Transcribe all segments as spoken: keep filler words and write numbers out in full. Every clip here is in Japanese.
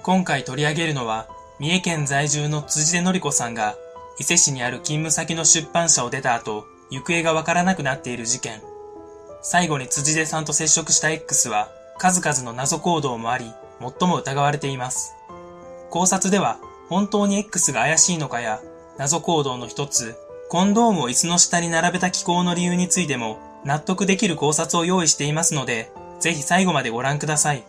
今回取り上げるのは、三重県在住の辻出典子さんが、伊勢市にある勤務先の出版社を出た後、行方がわからなくなっている事件。最後に辻出さんと接触した X は、数々の謎行動もあり、最も疑われています。考察では、本当に X が怪しいのかや、謎行動の一つ、コンドームを椅子の下に並べた機構の理由についても、納得できる考察を用意していますので、ぜひ最後までご覧ください。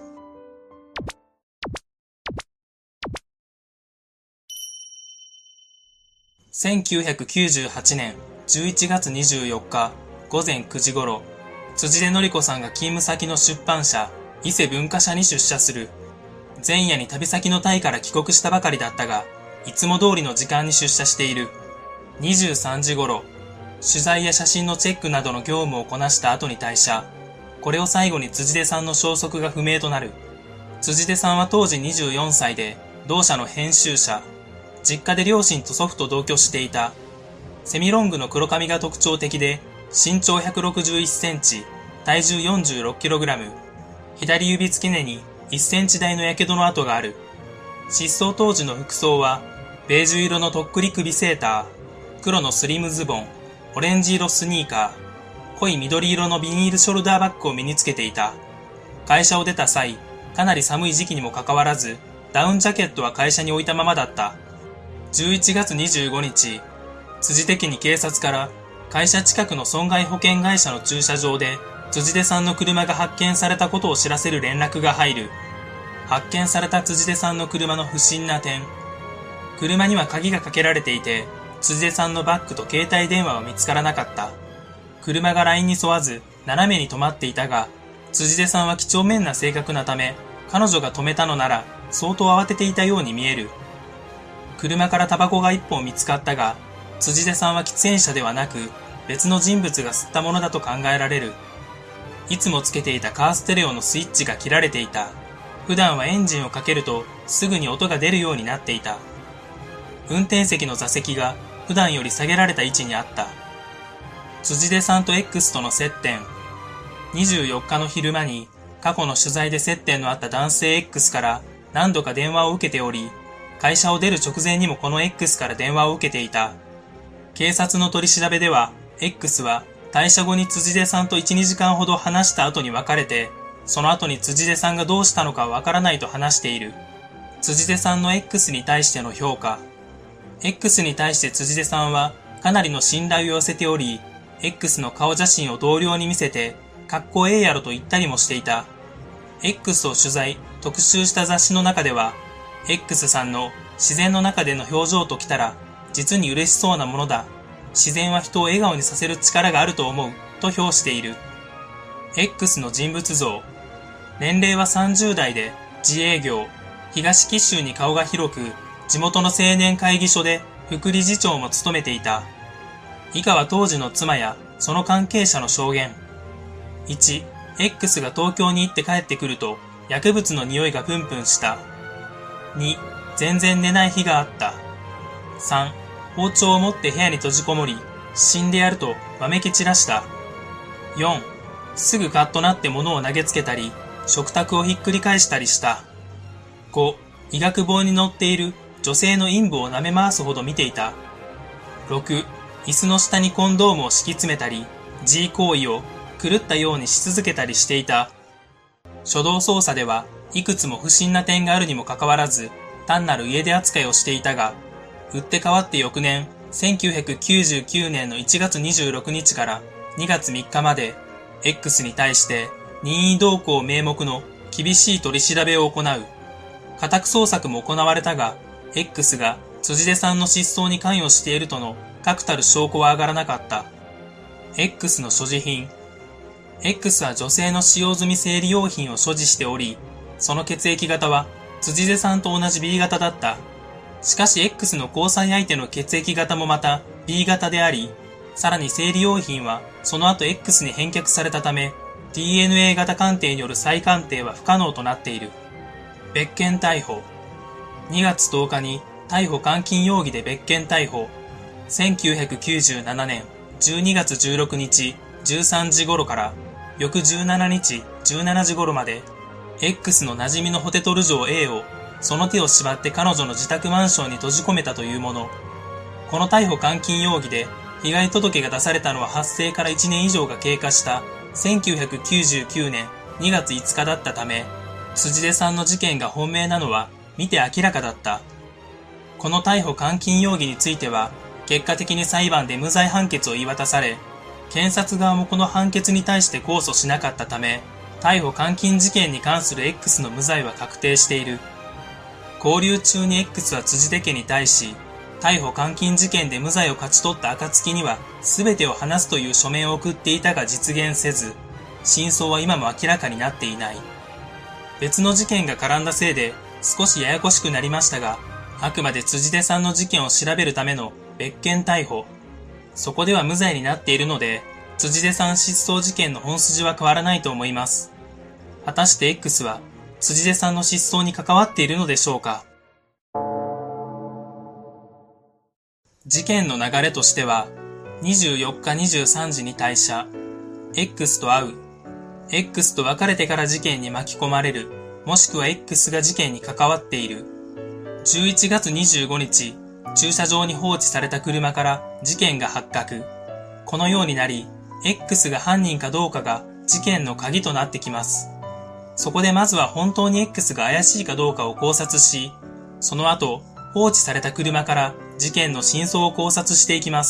せんきゅうひゃくきゅうじゅうはちねんじゅういちがつにじゅうよっか午前くじ頃、辻出典子さんが勤務先の出版社、伊勢文化社に出社する。前夜に旅先のタイから帰国したばかりだったが、いつも通りの時間に出社している。にじゅうさんじ頃、取材や写真のチェックなどの業務をこなした後に退社。これを最後に辻出さんの消息が不明となる。辻出さんは当時にじゅうよんさいで、同社の編集者。実家で両親と祖父と同居していた。セミロングの黒髪が特徴的で、身長ひゃくろくじゅういっセンチ、体重 よんじゅうろっキログラム。左指付け根にいっセンチ大の火傷の跡がある。失踪当時の服装は、ベージュ色のとっくり首セーター、黒のスリムズボン、オレンジ色スニーカー、濃い緑色のビニールショルダーバッグを身につけていた。会社を出た際、かなり寒い時期にもかかわらず、ダウンジャケットは会社に置いたままだった。じゅういちがつにじゅうごにち、辻出家に警察から会社近くの損害保険会社の駐車場で辻出さんの車が発見されたことを知らせる連絡が入る。発見された辻出さんの車の不審な点。車には鍵がかけられていて、辻出さんのバッグと携帯電話は見つからなかった。車がラインに沿わず斜めに止まっていたが、辻出さんは几帳面な性格なため、彼女が止めたのなら相当慌てていたように見える。車からタバコが一本見つかったが、辻出さんは喫煙者ではなく、別の人物が吸ったものだと考えられる。いつもつけていたカーステレオのスイッチが切られていた。普段はエンジンをかけるとすぐに音が出るようになっていた。運転席の座席が普段より下げられた位置にあった。辻出さんと X との接点。にじゅうよっかの昼間に過去の取材で接点のあった男性 X から何度か電話を受けており、会社を出る直前にもこの X から電話を受けていた。警察の取り調べでは、X は退社後に辻出さんといち、にじかんほど話した後に別れて、その後に辻出さんがどうしたのかわからないと話している。辻出さんの X に対しての評価。X に対して辻出さんはかなりの信頼を寄せており、X の顔写真を同僚に見せて、かっこええやろと言ったりもしていた。X を取材、特集した雑誌の中では、X さんの自然の中での表情ときたら、実に嬉しそうなものだ。自然は人を笑顔にさせる力があると思う、と評している。X の人物像。年齢はさんじゅうだいで、自営業。東紀州に顔が広く、地元の青年会議所で副理事長も務めていた。以下は当時の妻やその関係者の証言。いち、X が東京に行って帰ってくると、薬物の匂いがプンプンした。に、全然寝ない日があった。さん、包丁を持って部屋に閉じこもり、死んでやるとわめき散らした。よん、すぐカッとなって物を投げつけたり、食卓をひっくり返したりした。ご、医学本に載っている女性の陰部を舐め回すほど見ていた。ろく、椅子の下にコンドームを敷き詰めたり、G 行為を狂ったようにし続けたりしていた。初動捜査ではいくつも不審な点があるにもかかわらず、単なる家出扱いをしていたが、打って変わって翌年、せんきゅうひゃくきゅうじゅうきゅうねんのいちがつにじゅうろくにちからにがつみっかまで、X に対して任意同行名目の厳しい取り調べを行う。家宅捜索も行われたが、X が辻出さんの失踪に関与しているとの確たる証拠は上がらなかった。X の所持品。X は女性の使用済み生理用品を所持しており、その血液型は辻出さんと同じ B 型だった。しかし X の交際相手の血液型もまた B 型であり、さらに生理用品はその後 X に返却されたため、ディーエヌエー 型鑑定による再鑑定は不可能となっている。別件逮捕。にがつとおかに逮捕監禁容疑で別件逮捕。せんきゅうひゃくきゅうじゅうななねんじゅうにがつじゅうろくにちじゅうさんじ頃から翌じゅうしちにちじゅうしちじ頃まで X の馴染みのホテトル城 A をその手を縛って彼女の自宅マンションに閉じ込めたというもの。この逮捕監禁容疑で被害届が出されたのは発生からいちねん以上が経過したせんきゅうひゃくきゅうじゅうきゅうねんにがついつかだったため、辻出さんの事件が本命なのは見て明らかだった。この逮捕監禁容疑については、結果的に裁判で無罪判決を言い渡され、検察側もこの判決に対して控訴しなかったため、逮捕監禁事件に関する X の無罪は確定している。勾留中に X は辻出家に対し、逮捕監禁事件で無罪を勝ち取った暁には全てを話すという書面を送っていたが実現せず、真相は今も明らかになっていない。別の事件が絡んだせいで少しややこしくなりましたが、あくまで辻出さんの事件を調べるための別件逮捕。そこでは無罪になっているので、辻出さん失踪事件の本筋は変わらないと思います。果たして X は辻出さんの失踪に関わっているのでしょうか。事件の流れとしては、にじゅうよっかにじゅうさんじに退社、X と会う、X と別れてから事件に巻き込まれる、もしくは X が事件に関わっている。じゅういちがつにじゅうごにち、駐車場に放置された車から事件が発覚。このようになり、X が犯人かどうかが事件の鍵となってきます。そこでまずは本当に X が怪しいかどうかを考察し、その後、放置された車から事件の真相を考察していきます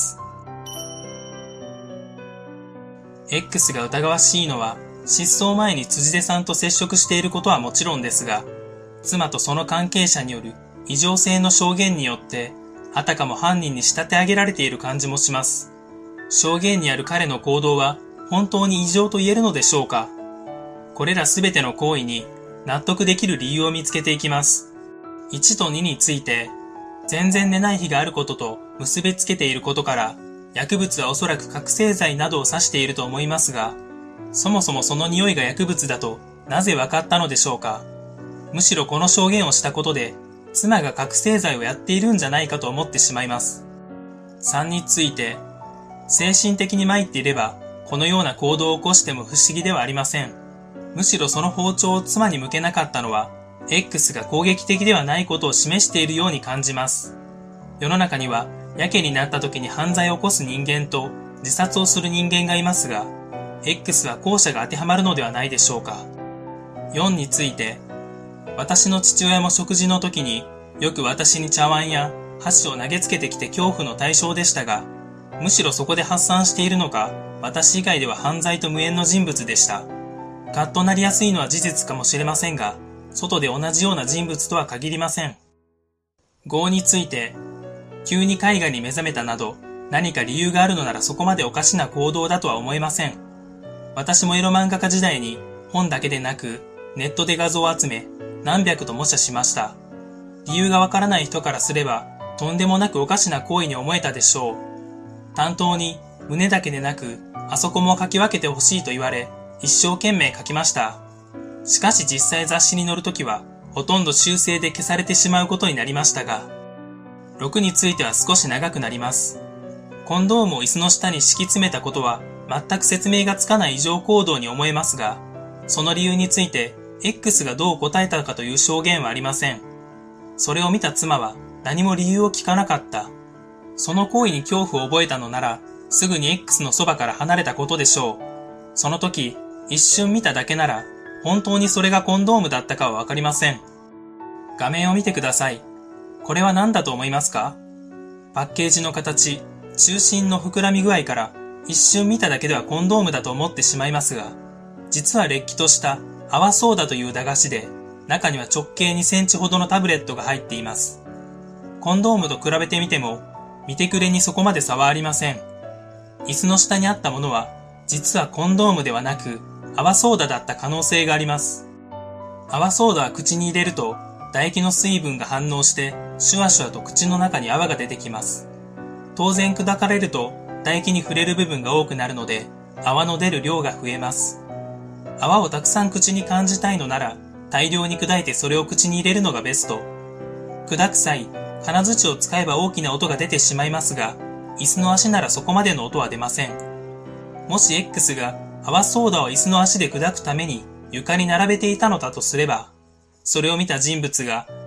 。X が疑わしいのは、失踪前に辻出さんと接触していることはもちろんですが、妻とその関係者による異常性の証言によって、あたかも犯人に仕立て上げられている感じもします。証言にある彼の行動は本当に異常と言えるのでしょうか。これらすべての行為に納得できる理由を見つけていきます。いちとにについて、全然寝ない日があることと結びつけていることから、薬物はおそらく覚醒剤などを指していると思いますが、そもそもその匂いが薬物だとなぜ分かったのでしょうか。むしろこの証言をしたことで、妻が覚醒剤をやっているんじゃないかと思ってしまいます。さんについて、精神的に参っていれば、このような行動を起こしても不思議ではありません。むしろその包丁を妻に向けなかったのは、X が攻撃的ではないことを示しているように感じます。世の中には、やけになった時に犯罪を起こす人間と自殺をする人間がいますが、X は後者が当てはまるのではないでしょうか。よんについて、私の父親も食事の時によく私に茶碗や箸を投げつけてきて恐怖の対象でしたが、むしろそこで発散しているのか、私以外では犯罪と無縁の人物でした。カッとなりやすいのは事実かもしれませんが、外で同じような人物とは限りません。ごについて、急に絵画に目覚めたなど、何か理由があるのならそこまでおかしな行動だとは思えません。私もエロ漫画家時代に本だけでなく、ネットで画像を集め、何百と模写しました。理由がわからない人からすれば、とんでもなくおかしな行為に思えたでしょう。担当に胸だけでなく、あそこも書き分けてほしいと言われ、一生懸命書きました。しかし実際雑誌に載るときは、ほとんど修正で消されてしまうことになりましたが、ろくについては少し長くなります。コンドームを椅子の下に敷き詰めたことは、全く説明がつかない異常行動に思えますが、その理由について、X がどう答えたかという証言はありません。それを見た妻は何も理由を聞かなかった。その行為に恐怖を覚えたのなら、すぐに X のそばから離れたことでしょう。その時、一瞬見ただけなら、本当にそれがコンドームだったかはわかりません。画面を見てください。これは何だと思いますか？パッケージの形、中心の膨らみ具合から、一瞬見ただけではコンドームだと思ってしまいますが、実はれっきとした泡ソーダという駄菓子で、中には直径にセンチほどのタブレットが入っています。コンドームと比べてみても、見てくれにそこまで差はありません。椅子の下にあったものは、実はコンドームではなく、泡ソーダだった可能性があります。泡ソーダは口に入れると、唾液の水分が反応して、シュワシュワと口の中に泡が出てきます。当然砕かれると、唾液に触れる部分が多くなるので、泡の出る量が増えます。泡をたくさん口に感じたいのなら、大量に砕いてそれを口に入れるのがベスト。砕く際、金槌を使えば大きな音が出てしまいますが、椅子の足ならそこまでの音は出ません。もし X が泡ソーダを椅子の足で砕くために床に並べていたのだとすれば、それを見た人物が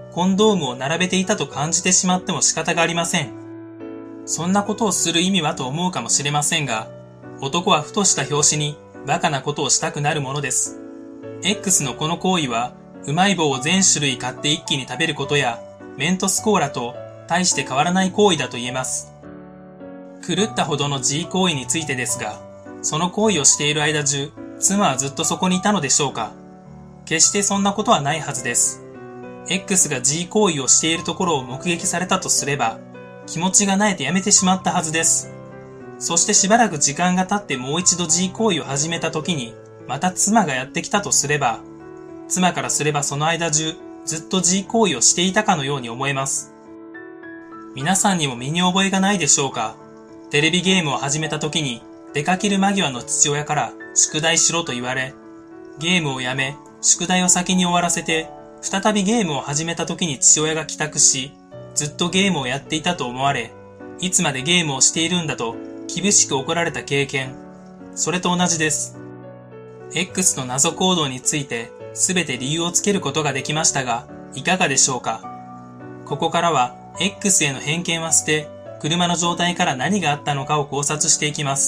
コンドームを並べていたと感じてしまっても仕方がありません。そんなことをする意味はと思うかもしれませんが、男はふとした拍子にバカなことをしたくなるものです。X のこの行為は、うまい棒を全種類買って一気に食べることや、メントスコーラと大して変わらない行為だと言えます。狂ったほどの G 行為についてですが、その行為をしている間中、妻はずっとそこにいたのでしょうか。決してそんなことはないはずです。X が G 行為をしているところを目撃されたとすれば、気持ちが萎えてやめてしまったはずです。そしてしばらく時間が経ってもう一度 G 行為を始めた時に、また妻がやってきたとすれば、妻からすればその間中、ずっと G 行為をしていたかのように思えます。皆さんにも身に覚えがないでしょうか。テレビゲームを始めた時に、出かける間際の父親から宿題しろと言われ、ゲームをやめ、宿題を先に終わらせて、再びゲームを始めた時に父親が帰宅し、ずっとゲームをやっていたと思われ、いつまでゲームをしているんだと厳しく怒られた経験、それと同じです。X の謎行動についてすべて理由をつけることができましたが、いかがでしょうか。ここからは X への偏見は捨て、車の状態から何があったのかを考察していきます。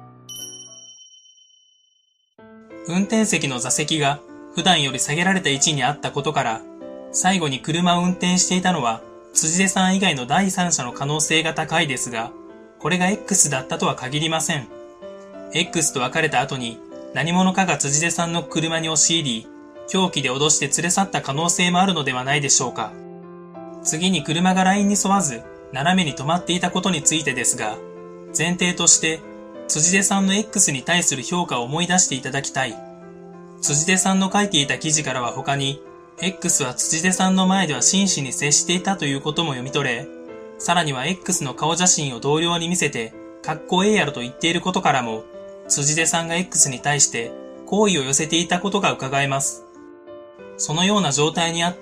運転席の座席が普段より下げられた位置にあったことから、最後に車を運転していたのは辻出さん以外の第三者の可能性が高いですが、これが X だったとは限りません。X と別れた後に何者かが辻出さんの車に押し入り、凶器で脅して連れ去った可能性もあるのではないでしょうか。次に車がラインに沿わず斜めに止まっていたことについてですが、前提として辻出さんの X に対する評価を思い出していただきたい。辻出さんの書いていた記事からは他に、X は辻出さんの前では真摯に接していたということも読み取れ、さらには X の顔写真を同僚に見せて、かっこええやろと言っていることからも、辻出さんが X に対して好意を寄せていたことが伺えます。そのような状態にあって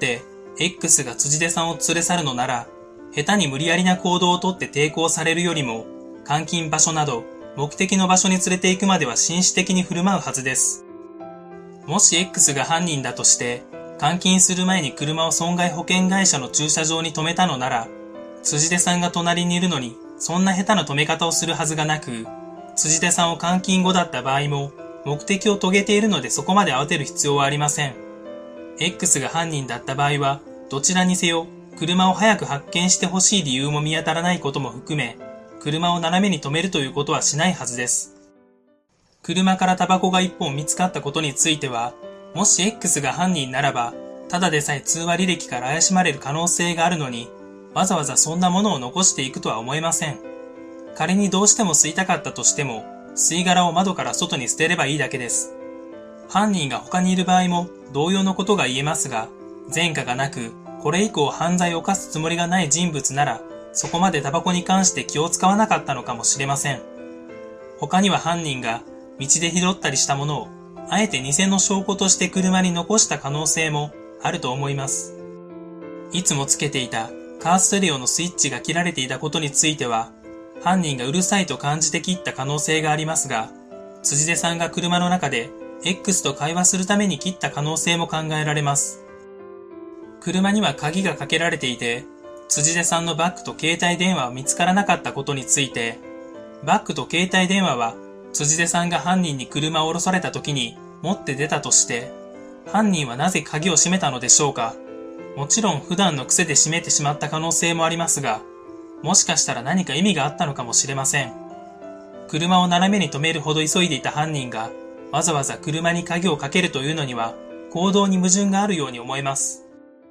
、X が辻出さんを連れ去るのなら、下手に無理やりな行動をとって抵抗されるよりも、監禁場所など目的の場所に連れて行くまでは紳士的に振る舞うはずです。もし X が犯人だとして、監禁する前に車を損害保険会社の駐車場に止めたのなら、辻出さんが隣にいるのに、そんな下手な止め方をするはずがなく、辻出さんを監禁後だった場合も、目的を遂げているのでそこまで慌てる必要はありません。X が犯人だった場合は、どちらにせよ、車を早く発見してほしい理由も見当たらないことも含め、車を斜めに止めるということはしないはずです。車からタバコが一本見つかったことについては、もし X が犯人ならば、ただでさえ通話履歴から怪しまれる可能性があるのに、わざわざそんなものを残していくとは思えません。仮にどうしても吸いたかったとしても、吸い殻を窓から外に捨てればいいだけです。犯人が他にいる場合も同様のことが言えますが、前科がなく、これ以降犯罪を犯すつもりがない人物なら、そこまでタバコに関して気を使わなかったのかもしれません。他には犯人が道で拾ったりしたものを、あえて偽の証拠として車に残した可能性もあると思います。いつもつけていたカーステレオのスイッチが切られていたことについては、犯人がうるさいと感じて切った可能性がありますが、辻出さんが車の中で X と会話するために切った可能性も考えられます。車には鍵がかけられていて、辻出さんのバッグと携帯電話は見つからなかったことについて、バッグと携帯電話は辻出さんが犯人に車を降ろされた時に持って出たとして、犯人はなぜ鍵を閉めたのでしょうか。もちろん普段の癖で閉めてしまった可能性もありますが、もしかしたら何か意味があったのかもしれません。車を斜めに止めるほど急いでいた犯人が、わざわざ車に鍵をかけるというのには、行動に矛盾があるように思えます。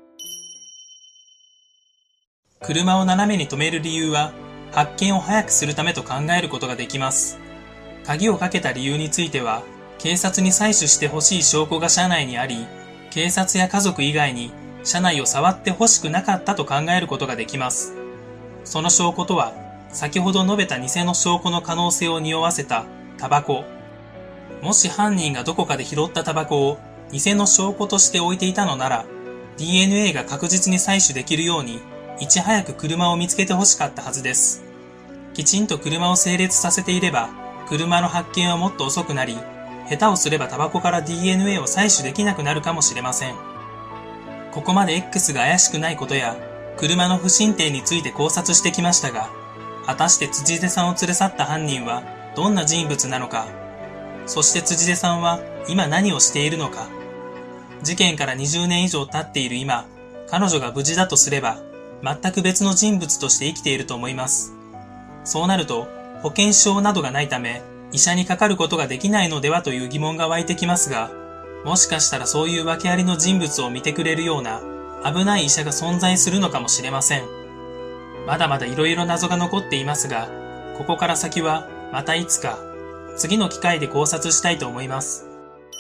車を斜めに止める理由は、発見を早くするためと考えることができます。鍵をかけた理由については、警察に採取してほしい証拠が車内にあり、警察や家族以外に車内を触ってほしくなかったと考えることができます。その証拠とは、先ほど述べた偽の証拠の可能性を匂わせたタバコ。もし犯人がどこかで拾ったタバコを偽の証拠として置いていたのなら、ディーエヌエー が確実に採取できるように、いち早く車を見つけてほしかったはずです。きちんと車を整列させていれば、車の発見はもっと遅くなり、下手をすればタバコから ディーエヌエー を採取できなくなるかもしれません。 ここまで X が怪しくないことや、車の不審点について考察してきましたが、果たして辻出さんを連れ去った犯人はどんな人物なのか、そして辻出さんは今何をしているのか。事件からにじゅうねん以上経っている今、彼女が無事だとすれば、全く別の人物として生きていると思います。そうなると、保険証などがないため、医者にかかることができないのではという疑問が湧いてきますが、もしかしたらそういう訳ありの人物を見てくれるような危ない医者が存在するのかもしれません。まだまだ色々謎が残っていますが、ここから先はまたいつか次の機会で考察したいと思います。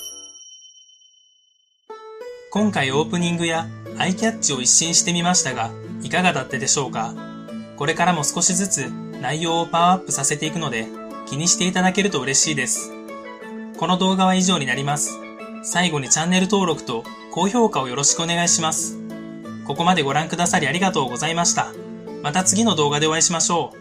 今回オープニングやアイキャッチを一新してみましたが、いかがだったでしょうか。これからも少しずつ内容をパワーアップさせていくので、気にしていただけると嬉しいです。この動画は以上になります。最後にチャンネル登録と高評価をよろしくお願いします。ここまでご覧くださりありがとうございました。また次の動画でお会いしましょう。